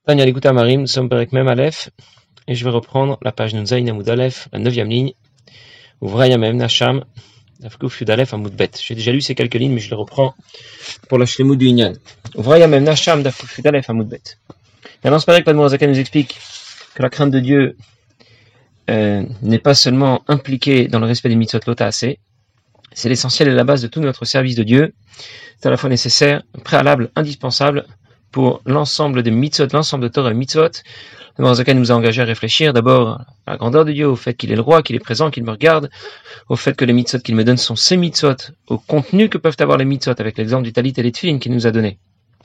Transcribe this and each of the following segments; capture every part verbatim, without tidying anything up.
Tania l'écoute à Marim, nous sommes avec même Aleph, et je vais reprendre la page Nunzaïn Amoud Aleph, la neuvième ligne, Ouvraya Mem Nasham, Afkouf Yud Aleph Amoud Bet. J'ai déjà lu ces quelques lignes, mais je les reprends pour la Shlemut du Inyan. Ouvraya Mem Nasham, Afkouf Yud Aleph Amoud Bet. Maintenant, c'est pareil que Padmor Zaken nous explique que la crainte de Dieu euh, n'est pas seulement impliquée dans le respect des mitzvot lota assez, c'est l'essentiel et la base de tout notre service de Dieu. C'est à la fois nécessaire, préalable, indispensable pour l'ensemble des mitzvot, l'ensemble de Torah et mitzvot. Le Zaken nous a engagé à réfléchir d'abord à la grandeur de Dieu, au fait qu'il est le roi, qu'il est présent, qu'il me regarde, au fait que les mitzvot qu'il me donne sont ses mitzvot, au contenu que peuvent avoir les mitzvot, avec l'exemple du talit et les tefillin qu'il nous a donné.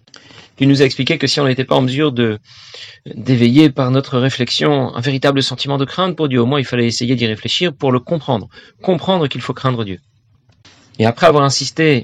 Il nous a expliqué que si on n'était pas en mesure de d'éveiller par notre réflexion un véritable sentiment de crainte pour Dieu, au moins il fallait essayer d'y réfléchir pour le comprendre, comprendre qu'il faut craindre Dieu. Et après avoir insisté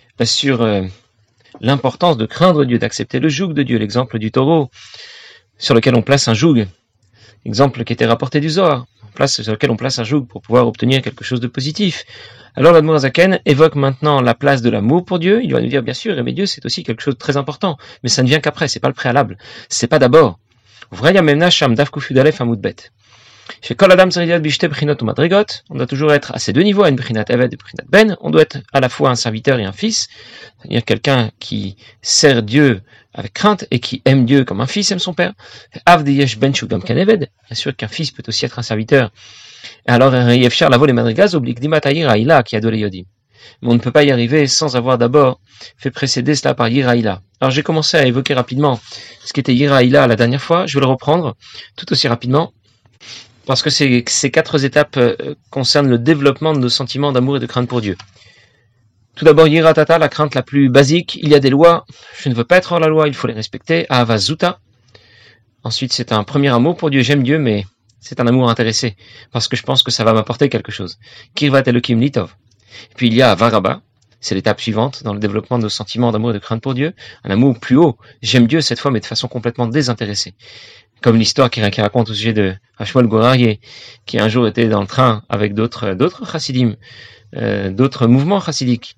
sur euh, l'importance de craindre Dieu, d'accepter le joug de Dieu, l'exemple du taureau sur lequel on place un joug, exemple qui était rapporté du Zohar, place, sur lequel on place un joug pour pouvoir obtenir quelque chose de positif. Alors l'Admor Zaken évoque maintenant la place de l'amour pour Dieu. Il va nous dire bien sûr, aimer Dieu c'est aussi quelque chose de très important, mais ça ne vient qu'après, c'est pas le préalable, c'est pas d'abord. Vraya memna sham davkuf yud alef amud bet. Chez Kol Adam Tzariyat Bishte Brinot ou Madrigot, on doit toujours être à ces deux niveaux, à une Brinat Eved et Brinat Ben. On doit être à la fois un serviteur et un fils, c'est-à-dire quelqu'un qui sert Dieu avec crainte et qui aime Dieu comme un fils aime son père. Avdi Yesh Ben Shugam Kan Eved, bien sûr qu'un fils peut aussi être un serviteur. Alors Yefshar Lavo les Madrigas oblique Dimata Yiraïla qui a donné Yodim. Mais on ne peut pas y arriver sans avoir d'abord fait précéder cela par Yiraïla. Alors j'ai commencé à évoquer rapidement ce qu'était Yiraïla la dernière fois, je vais le reprendre tout aussi rapidement. Parce que ces, ces quatre étapes euh, concernent le développement de nos sentiments d'amour et de crainte pour Dieu. Tout d'abord, Yiratata, la crainte la plus basique. Il y a des lois, je ne veux pas être hors la loi, il faut les respecter. Ahava Zuta. Ensuite, c'est un premier amour pour Dieu, j'aime Dieu, mais c'est un amour intéressé, parce que je pense que ça va m'apporter quelque chose. Kirvat Elokim Litov. Et puis il y a Varaba, c'est l'étape suivante dans le développement de nos sentiments d'amour et de crainte pour Dieu. Un amour plus haut, j'aime Dieu cette fois, mais de façon complètement désintéressée. Comme l'histoire qui, qui raconte au sujet de Hashmuel Gorarié, qui un jour était dans le train avec d'autres d'autres chassidim, euh, d'autres mouvements chassidiques,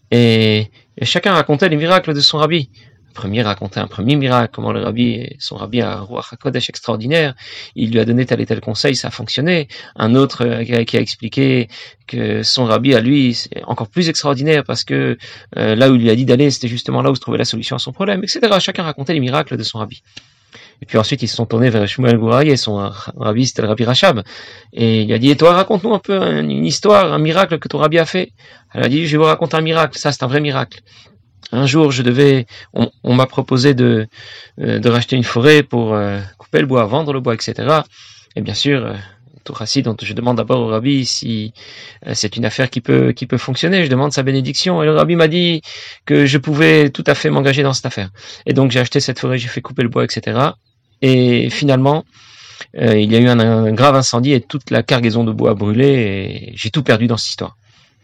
et, et chacun racontait les miracles de son rabbi. Le premier racontait un premier miracle, comment le rabbi, son rabbi a un Ruach HaKodesh extraordinaire, il lui a donné tel et tel conseil, ça a fonctionné. Un autre euh, qui, a, qui a expliqué que son rabbi à lui, c'est encore plus extraordinaire parce que euh, là où il lui a dit d'aller, c'était justement là où se trouvait la solution à son problème, et cetera. Chacun racontait les miracles de son rabbi. Et puis ensuite, ils se sont tournés vers Shmuel Gouraï et son rabbi, c'était le rabbi Rachab. Et il a dit, et toi, raconte-nous un peu une histoire, un miracle que ton rabbi a fait. Elle a dit, je vais vous raconter un miracle. Ça, c'est un vrai miracle. Un jour, je devais, on, on m'a proposé de, de racheter une forêt pour euh, couper le bois, vendre le bois, et cetera. Et bien sûr, euh, tout chassid, donc je demande d'abord au rabbi si euh, c'est une affaire qui peut, qui peut fonctionner. Je demande sa bénédiction. Et le rabbi m'a dit que je pouvais tout à fait m'engager dans cette affaire. Et donc, j'ai acheté cette forêt, j'ai fait couper le bois, et cetera. Et finalement, euh, il y a eu un, un grave incendie et toute la cargaison de bois a brûlé et j'ai tout perdu dans cette histoire.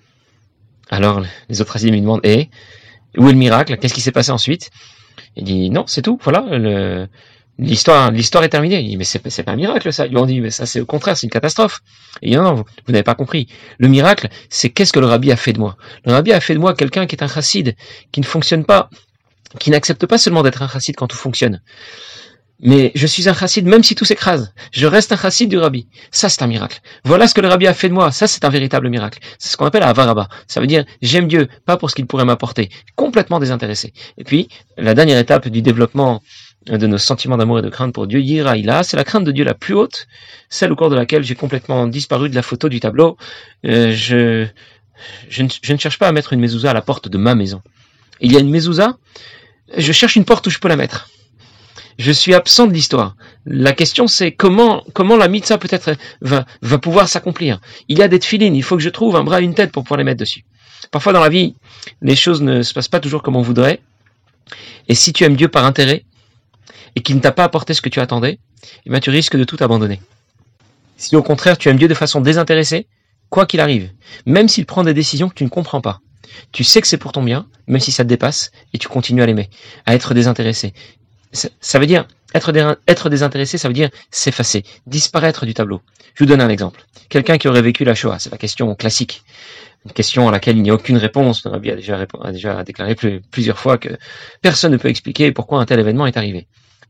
Alors, les autres chassidim me demandent, eh, où est le miracle? Qu'est-ce qui s'est passé ensuite? Il dit, non, c'est tout, voilà, le, l'histoire, l'histoire est terminée. Il dit, mais c'est, c'est pas un miracle, ça. Ils lui ont dit, mais ça, c'est au contraire, c'est une catastrophe. Et il dit, non, non, vous, vous n'avez pas compris. Le miracle, c'est qu'est-ce que le rabbi a fait de moi? Le rabbi a fait de moi quelqu'un qui est un chassid, qui ne fonctionne pas, qui n'accepte pas seulement d'être un chassid quand tout fonctionne. Mais je suis un chassid même si tout s'écrase. Je reste un chassid du rabbi. Ça, c'est un miracle. Voilà ce que le rabbi a fait de moi. Ça, c'est un véritable miracle. C'est ce qu'on appelle un varaba. Ça veut dire, j'aime Dieu, pas pour ce qu'il pourrait m'apporter. Complètement désintéressé. Et puis, la dernière étape du développement de nos sentiments d'amour et de crainte pour Dieu, Yiraïla, c'est la crainte de Dieu la plus haute, celle au cours de laquelle j'ai complètement disparu de la photo du tableau. Euh, je, je, ne, je ne cherche pas à mettre une mezouza à la porte de ma maison. Il y a une mezouza, je cherche une porte où je peux la mettre. Je suis absent de l'histoire. La question c'est comment comment la mitzvah peut-être va, va pouvoir s'accomplir. Il y a des tefilines, il faut que je trouve un bras et une tête pour pouvoir les mettre dessus. Parfois dans la vie, les choses ne se passent pas toujours comme on voudrait. Et si tu aimes Dieu par intérêt et qu'il ne t'a pas apporté ce que tu attendais, eh bien tu risques de tout abandonner. Si au contraire tu aimes Dieu de façon désintéressée, quoi qu'il arrive, même s'il prend des décisions que tu ne comprends pas, tu sais que c'est pour ton bien, même si ça te dépasse, et tu continues à l'aimer, à être désintéressé. Ça veut dire, être, dé, être désintéressé, ça veut dire s'effacer, disparaître du tableau. Je vous donne un exemple. Quelqu'un qui aurait vécu la Shoah, c'est la question classique. Une question à laquelle il n'y a aucune réponse. Le rabbi a déjà, a déjà déclaré plus, plusieurs fois que personne ne peut expliquer pourquoi un tel événement est arrivé.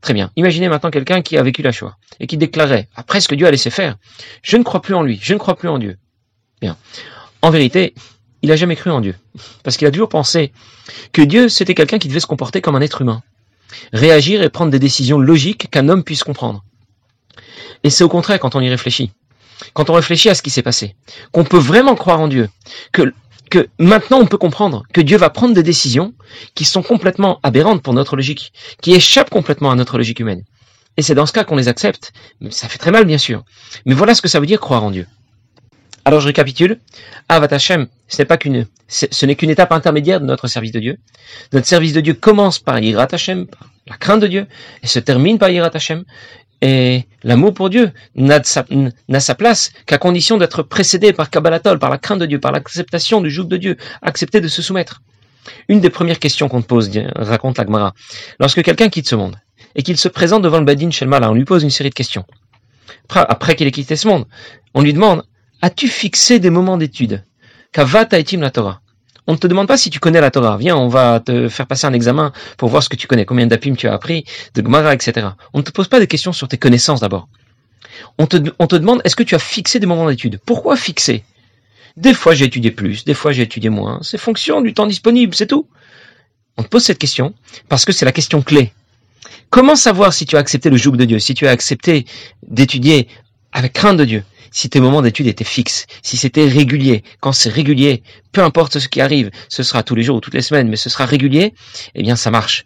Très bien. Imaginez maintenant quelqu'un qui a vécu la Shoah et qui déclarait, après ce que Dieu a laissé faire, je ne crois plus en lui, je ne crois plus en Dieu. Bien. En vérité, il n'a jamais cru en Dieu. Parce qu'il a toujours pensé que Dieu, c'était quelqu'un qui devait se comporter comme un être humain. Réagir et prendre des décisions logiques qu'un homme puisse comprendre. Et c'est au contraire quand on y réfléchit. Quand on réfléchit à ce qui s'est passé. Qu'on peut vraiment croire en Dieu. Que, que maintenant on peut comprendre que Dieu va prendre des décisions qui sont complètement aberrantes pour notre logique. Qui échappent complètement à notre logique humaine. Et c'est dans ce cas qu'on les accepte. Mais ça fait très mal bien sûr. Mais voilà ce que ça veut dire croire en Dieu. Alors je récapitule. Avat Hashem, ce n'est pas qu'une, ce n'est qu'une étape intermédiaire de notre service de Dieu. Notre service de Dieu commence par Yirat Hashem, par la crainte de Dieu, et se termine par Yirat Hashem. Et l'amour pour Dieu n'a sa, n'a sa place qu'à condition d'être précédé par Kabbalatol, par la crainte de Dieu, par l'acceptation du joug de Dieu, accepter de se soumettre. Une des premières questions qu'on te pose, raconte la Gemara, lorsque quelqu'un quitte ce monde, et qu'il se présente devant le Badin Shelmala, on lui pose une série de questions. Après, après qu'il ait quitté ce monde, on lui demande, as-tu fixé des moments d'étude? Kavat ha'itim la Torah. On ne te demande pas si tu connais la Torah. Viens, on va te faire passer un examen pour voir ce que tu connais, combien d'apim tu as appris, de Gemara, et cetera. On ne te pose pas des questions sur tes connaissances d'abord. On te, on te demande, est-ce que tu as fixé des moments d'étude? Pourquoi fixer? Des fois j'ai étudié plus, des fois j'ai étudié moins. C'est fonction du temps disponible, c'est tout. On te pose cette question parce que c'est la question clé. Comment savoir si tu as accepté le joug de Dieu, si tu as accepté d'étudier avec crainte de Dieu? Si tes moments d'étude étaient fixes, si c'était régulier, quand c'est régulier, peu importe ce qui arrive, ce sera tous les jours ou toutes les semaines, mais ce sera régulier, eh bien ça marche.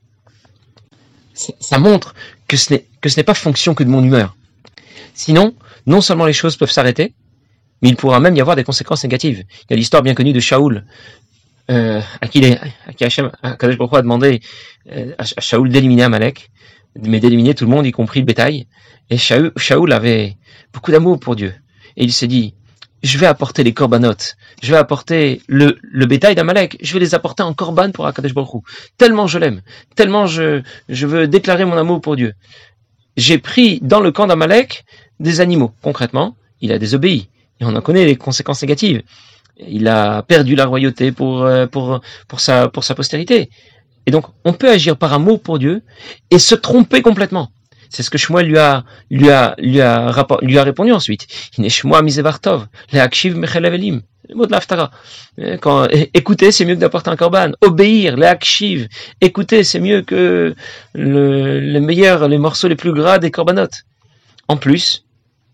Ça montre que ce n'est, que ce n'est pas fonction que de mon humeur. Sinon, non seulement les choses peuvent s'arrêter, mais il pourra même y avoir des conséquences négatives. Il y a l'histoire bien connue de Shaoul, euh, à qui, les, à qui Hachem, Kadosh Baruch Hu a demandé euh, à, à Shaoul d'éliminer Amalek, mais d'éliminer tout le monde, y compris le bétail. Et Shaoul, Shaoul avait beaucoup d'amour pour Dieu. Et il s'est dit, je vais apporter les corbanotes, je vais apporter le, le bétail d'Amalek, je vais les apporter en corban pour Akadosh Baruch Hu. Tellement je l'aime, tellement je, je veux déclarer mon amour pour Dieu. J'ai pris dans le camp d'Amalek des animaux. Concrètement, il a désobéi. Et on en connaît les conséquences négatives. Il a perdu la royauté pour, pour, pour, sa, pour sa postérité. Et donc, on peut agir par amour pour Dieu et se tromper complètement. C'est ce que Shmuel lui a, lui a, lui a, rapport, lui a répondu ensuite. Il n'est Shmuel misevartov, le'akshiv mechelevelim. Le mot de l'Haftara. Quand, écouter, c'est mieux que d'apporter un korban. Obéir, le'akshiv. Écouter, c'est mieux que le, les meilleurs, les morceaux les plus gras des corbanotes. En plus,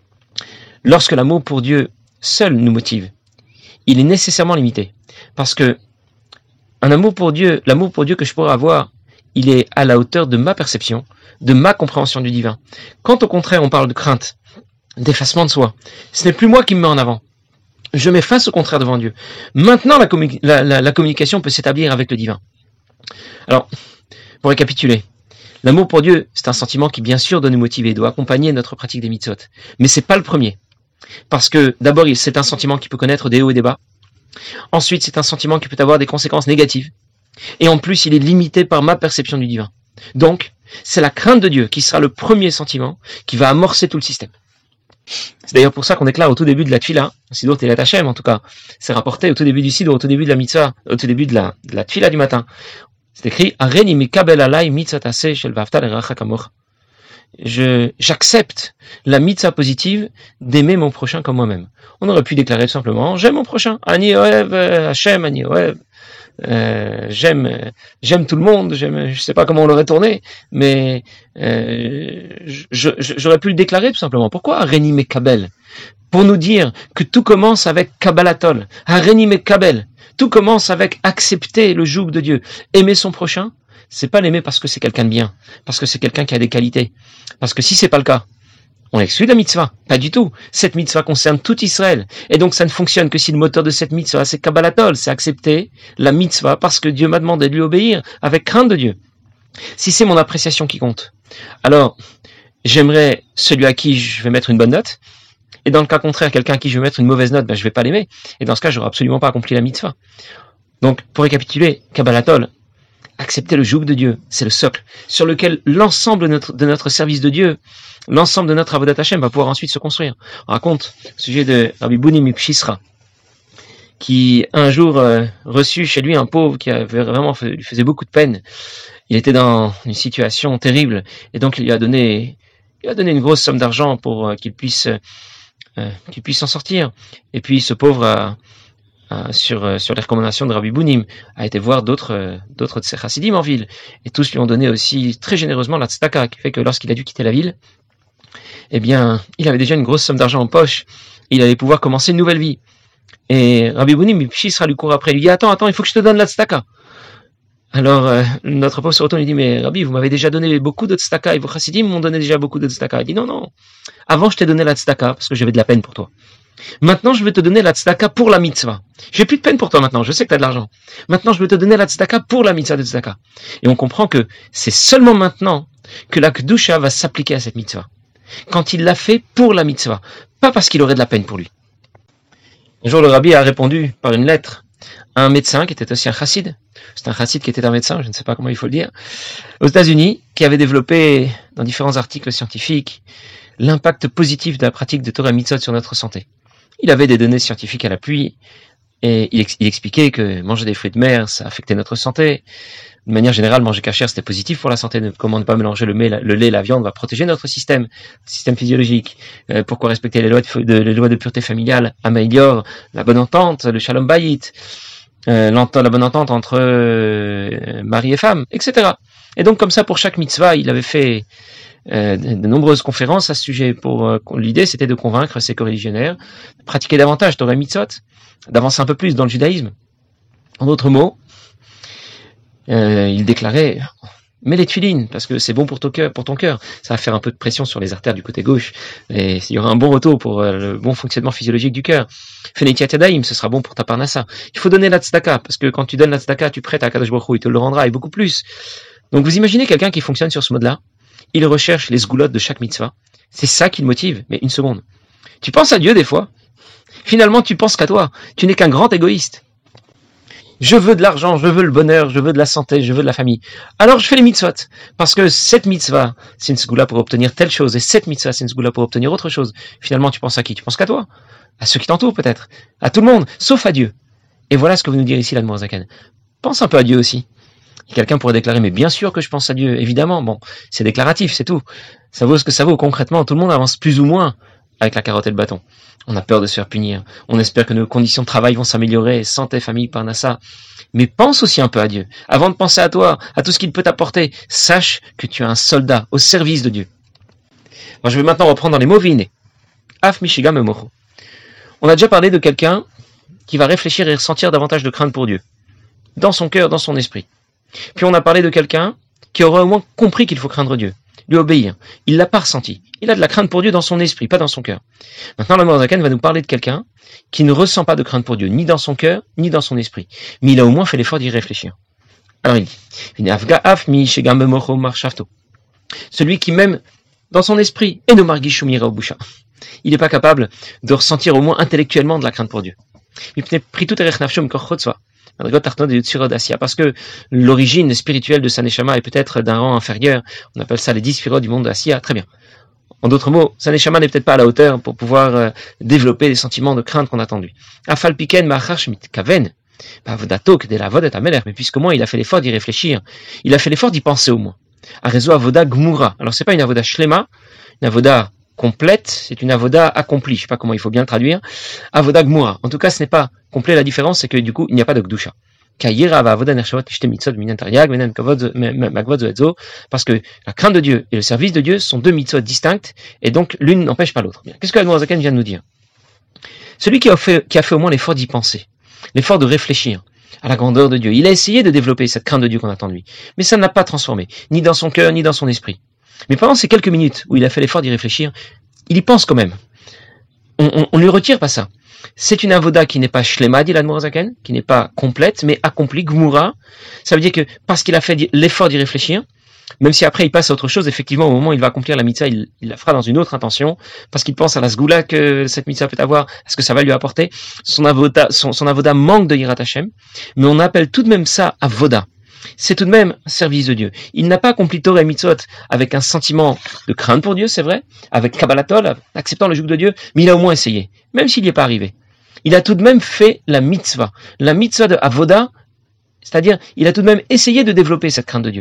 lorsque l'amour pour Dieu seul nous motive, il est nécessairement limité. Parce que, un amour pour Dieu, l'amour pour Dieu que je pourrais avoir, il est à la hauteur de ma perception, de ma compréhension du divin. Quand au contraire on parle de crainte, d'effacement de soi, ce n'est plus moi qui me mets en avant. Je m'efface au contraire devant Dieu. Maintenant la, commu- la, la, la communication peut s'établir avec le divin. Alors, pour récapituler, l'amour pour Dieu, c'est un sentiment qui bien sûr doit nous motiver, doit accompagner notre pratique des mitzvot. Mais c'est pas le premier. Parce que d'abord c'est un sentiment qui peut connaître des hauts et des bas. Ensuite c'est un sentiment qui peut avoir des conséquences négatives. Et en plus il est limité par ma perception du divin. Donc, c'est la crainte de Dieu qui sera le premier sentiment qui va amorcer tout le système. C'est d'ailleurs pour ça qu'on déclare au tout début de la Tfila, Sidour Telat Hashem en tout cas, c'est rapporté au tout début du Sidour, au tout début de la Mitzvah, au tout début de la, de la Tfila du matin. C'est écrit Areni mikabel alai mitzatase shel vafta l'eracha kamocha. Je, j'accepte la mitzvah positive d'aimer mon prochain comme moi-même. On aurait pu déclarer tout simplement j'aime mon prochain, Ani oev Hashem, Ani oev. Euh, j'aime, j'aime tout le monde. J'aime, je sais pas comment on l'aurait tourné, mais euh, je, je, j'aurais pu le déclarer tout simplement. Pourquoi Areni Mekabel? Pour nous dire que tout commence avec Kabbalatol. Areni Mekabel. Tout commence avec accepter le joug de Dieu, aimer son prochain. C'est pas l'aimer parce que c'est quelqu'un de bien, parce que c'est quelqu'un qui a des qualités. Parce que si c'est pas le cas, on exclut la mitzvah. Pas du tout. Cette mitzvah concerne tout Israël. Et donc ça ne fonctionne que si le moteur de cette mitzvah, c'est Kabbalatol, c'est accepter la mitzvah parce que Dieu m'a demandé de lui obéir avec crainte de Dieu. Si c'est mon appréciation qui compte, alors j'aimerais celui à qui je vais mettre une bonne note. Et dans le cas contraire, quelqu'un à qui je vais mettre une mauvaise note, ben je vais pas l'aimer. Et dans ce cas, j'aurai absolument pas accompli la mitzvah. Donc, pour récapituler, Kabbalatol, accepter le joug de Dieu, c'est le socle sur lequel l'ensemble de notre, de notre service de Dieu, l'ensemble de notre Avodat Hashem va pouvoir ensuite se construire. On raconte au sujet de Rabbi Buni Mipshisra, qui un jour euh, reçut chez lui un pauvre qui avait vraiment fait, lui faisait beaucoup de peine. il était dans une situation terrible, et donc il lui a donné, il lui a donné une grosse somme d'argent pour euh, qu'il puisse, euh, qu'il puisse s'en sortir. Et puis ce pauvre, a, a, sur, euh, sur les recommandations de Rabbi Bounim, a été voir d'autres, euh, d'autres de ses chassidim en ville, et tous lui ont donné aussi très généreusement la tzedaka, qui fait que lorsqu'il a dû quitter la ville, eh bien, il avait déjà une grosse somme d'argent en poche, il allait pouvoir commencer une nouvelle vie. Et Rabbi Bounim, il sera lui court après, il lui dit, attends, attends, il faut que je te donne la tzedaka. Alors, euh, notre pauvre se retourne et dit, mais Rabbi, vous m'avez déjà donné beaucoup de tzedaka, et vos chassidim m'ont donné déjà beaucoup de tzedaka. Il dit, non, non, avant je t'ai donné la tzedaka, parce que j'avais de la peine pour toi. Maintenant, je vais te donner la tzedaka pour la mitzvah. J'ai plus de peine pour toi maintenant, je sais que tu as de l'argent. Maintenant, je vais te donner la tzedaka pour la mitzvah de tzedaka. Et on comprend que c'est seulement maintenant que la kedusha va s'appliquer à cette mitzvah. Quand il l'a fait pour la mitzvah, pas parce qu'il aurait de la peine pour lui. Un jour, le Rabbi a répondu par une lettre à un médecin qui était aussi un chassid. C'est un chassid qui était un médecin, je ne sais pas comment il faut le dire, aux États-Unis, qui avait développé dans différents articles scientifiques l'impact positif de la pratique de Torah Mitzvot sur notre santé. Il avait des données scientifiques à l'appui et il, ex- il expliquait que manger des fruits de mer, ça affectait notre santé. De manière générale, manger kasher, c'était positif pour la santé. Comment ne pas mélanger le, lait, le lait, la viande va protéger notre système, système physiologique. Euh, pourquoi respecter les lois de, de, les lois de pureté familiale améliore la bonne entente, le shalom bayit, euh, la bonne entente entre euh, mari et femme, et cetera. Et donc, comme ça, pour chaque mitzvah, il avait fait euh, de, de nombreuses conférences à ce sujet. Pour euh, l'idée, c'était de convaincre ses coreligionnaires de pratiquer davantage Torah mitzvot, d'avancer un peu plus dans le judaïsme. En d'autres mots, Euh, il déclarait, mets les tuilines, parce que c'est bon pour ton cœur, pour ton cœur. Ça va faire un peu de pression sur les artères du côté gauche, et il y aura un bon retour pour euh, le bon fonctionnement physiologique du cœur. Fais les tiatadaïm, ce sera bon pour ta parnassa. Il faut donner la tzedaka, parce que quand tu donnes la tzedaka, tu prêtes à Kadosh Baruch Hu, il te le rendra, et beaucoup plus. Donc vous imaginez quelqu'un qui fonctionne sur ce mode-là, il recherche les sgoulottes de chaque mitzvah. C'est ça qui le motive, mais une seconde. Tu penses à Dieu des fois. Finalement, tu penses qu'à toi. Tu n'es qu'un grand égoïste. Je veux de l'argent, je veux le bonheur, je veux de la santé, je veux de la famille. Alors je fais les mitzvot. Parce que cette mitzvah, c'est une sgoula pour obtenir telle chose, et cette mitzvah, c'est une sgoula pour obtenir autre chose. Finalement, tu penses à qui? Tu penses qu'à toi? À ceux qui t'entourent peut-être? À tout le monde, sauf à Dieu. Et voilà ce que veut nous dire ici l'Admor Zaken. Pense un peu à Dieu aussi. Et quelqu'un pourrait déclarer, mais bien sûr que je pense à Dieu, évidemment. Bon, c'est déclaratif, c'est tout. Ça vaut ce que ça vaut. Concrètement, tout le monde avance plus ou moins avec la carotte et le bâton. On a peur de se faire punir. On espère que nos conditions de travail vont s'améliorer, santé, famille, parnassa. Mais pense aussi un peu à Dieu. Avant de penser à toi, à tout ce qu'il peut t'apporter, sache que tu es un soldat au service de Dieu. Alors, je vais maintenant reprendre dans les mots Vine. Af Michigan Memoro. On a déjà parlé de quelqu'un qui va réfléchir et ressentir davantage de crainte pour Dieu. Dans son cœur, dans son esprit. Puis on a parlé de quelqu'un qui aura au moins compris qu'il faut craindre Dieu. Lui obéir. Il l'a pas ressenti. Il a de la crainte pour Dieu dans son esprit, pas dans son cœur. Maintenant, l'Admor Zaken va nous parler de quelqu'un qui ne ressent pas de crainte pour Dieu, ni dans son cœur, ni dans son esprit. Mais il a au moins fait l'effort d'y réfléchir. Alors il dit, celui qui même dans son esprit, et no margish umira obusha. Il n'est pas capable de ressentir au moins intellectuellement de la crainte pour Dieu. Parce que l'origine spirituelle de sa neshama est peut-être d'un rang inférieur. On appelle ça les dix sphirotes du monde de Asiya. Très bien. En d'autres mots, sa neshama n'est peut-être pas à la hauteur pour pouvoir euh, développer les sentiments de crainte qu'on attend de lui. Afal piken ma'achar shmit kaven. Mais puisque moi, il a fait l'effort d'y réfléchir. Il a fait l'effort d'y penser au moins. Arezo avoda gmura. Alors c'est pas une avoda shlema, une avoda complète, c'est une avoda accomplie. Je sais pas comment il faut bien le traduire. Avoda gmura. En tout cas, ce n'est pas complet. La différence, c'est que du coup, il n'y a pas de gdusha. Parce que la crainte de Dieu et le service de Dieu sont deux mitzvot distinctes, et donc l'une n'empêche pas l'autre. Qu'est-ce que l'Admor Zaken vient de nous dire? Celui qui a fait, qui a fait au moins l'effort d'y penser, l'effort de réfléchir à la grandeur de Dieu, il a essayé de développer cette crainte de Dieu qu'on attend de lui, mais ça ne l'a pas transformé, ni dans son cœur, ni dans son esprit. Mais pendant ces quelques minutes où il a fait l'effort d'y réfléchir, il y pense quand même. On ne lui retire pas ça. C'est une avoda qui n'est pas shlema, dit l'Admor Zaken, qui n'est pas complète, mais accomplie, gmura. Ça veut dire que parce qu'il a fait l'effort d'y réfléchir, même si après il passe à autre chose, effectivement, au moment où il va accomplir la mitzvah, il, il la fera dans une autre intention, parce qu'il pense à la sgoula que cette mitzvah peut avoir, à ce que ça va lui apporter. Son avoda, son, son avoda manque de yirat Hashem, mais on appelle tout de même ça avoda. C'est tout de même un service de Dieu. Il n'a pas accompli Torah et mitzvot avec un sentiment de crainte pour Dieu, c'est vrai, avec kabbalatol, acceptant le joug de Dieu, mais il a au moins essayé, même s'il n'y est pas arrivé. Il a tout de même fait la mitzvah, la mitzvah de avoda, c'est-à-dire il a tout de même essayé de développer cette crainte de Dieu.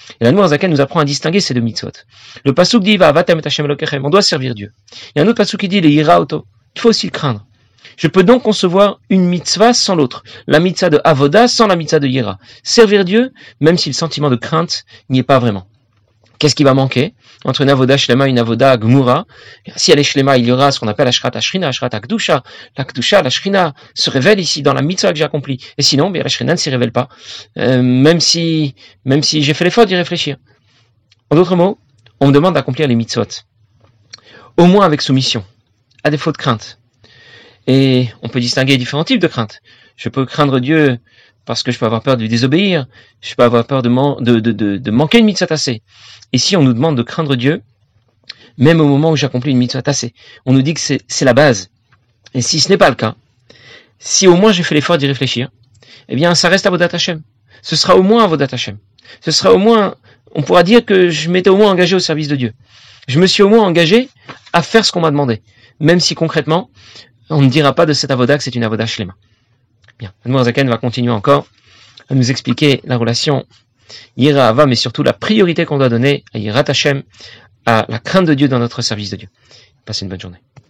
Et la Noirzaken nous apprend à distinguer ces deux mitzvot. Le pasuk dit va avatem et Hashem Elokechem, on doit servir Dieu. Il y a un autre pasuk qui dit le ira auto, il faut aussi le craindre. Je peux donc concevoir une mitzvah sans l'autre, la mitzvah de avoda sans la mitzvah de yira. Servir Dieu, même si le sentiment de crainte n'y est pas vraiment. Qu'est-ce qui va manquer entre une avoda shlema et une avoda gmura? Si elle est shlema, il y aura ce qu'on appelle la shrata shrina, la shrata kdusha. La kdusha, la shrina se révèle ici dans la mitzvah que j'ai accomplie. Et sinon, bien, la shrina ne s'y révèle pas, euh, même si, même si j'ai fait l'effort d'y réfléchir. En d'autres mots, on me demande d'accomplir les mitzvot, au moins avec soumission, à défaut de crainte. Et on peut distinguer différents types de crainte. Je peux craindre Dieu parce que je peux avoir peur de lui désobéir, je peux avoir peur de, man- de, de, de, de manquer une mitzvah tassée. Ici, on nous demande de craindre Dieu, même au moment où j'accomplis une mitzvah tassée. On nous dit que c'est, c'est la base. Et si ce n'est pas le cas, si au moins j'ai fait l'effort d'y réfléchir, eh bien, ça reste Avodat Hashem. Ce sera au moins Avodat Hashem. Ce sera au moins, on pourra dire que je m'étais au moins engagé au service de Dieu. Je me suis au moins engagé à faire ce qu'on m'a demandé. Même si concrètement, on ne dira pas de cette avoda que c'est une avoda shlema. Bien, Admorazaken va continuer encore à nous expliquer la relation Yira Ava, mais surtout la priorité qu'on doit donner à Yirat Hashem, à la crainte de Dieu dans notre service de Dieu. Passez une bonne journée.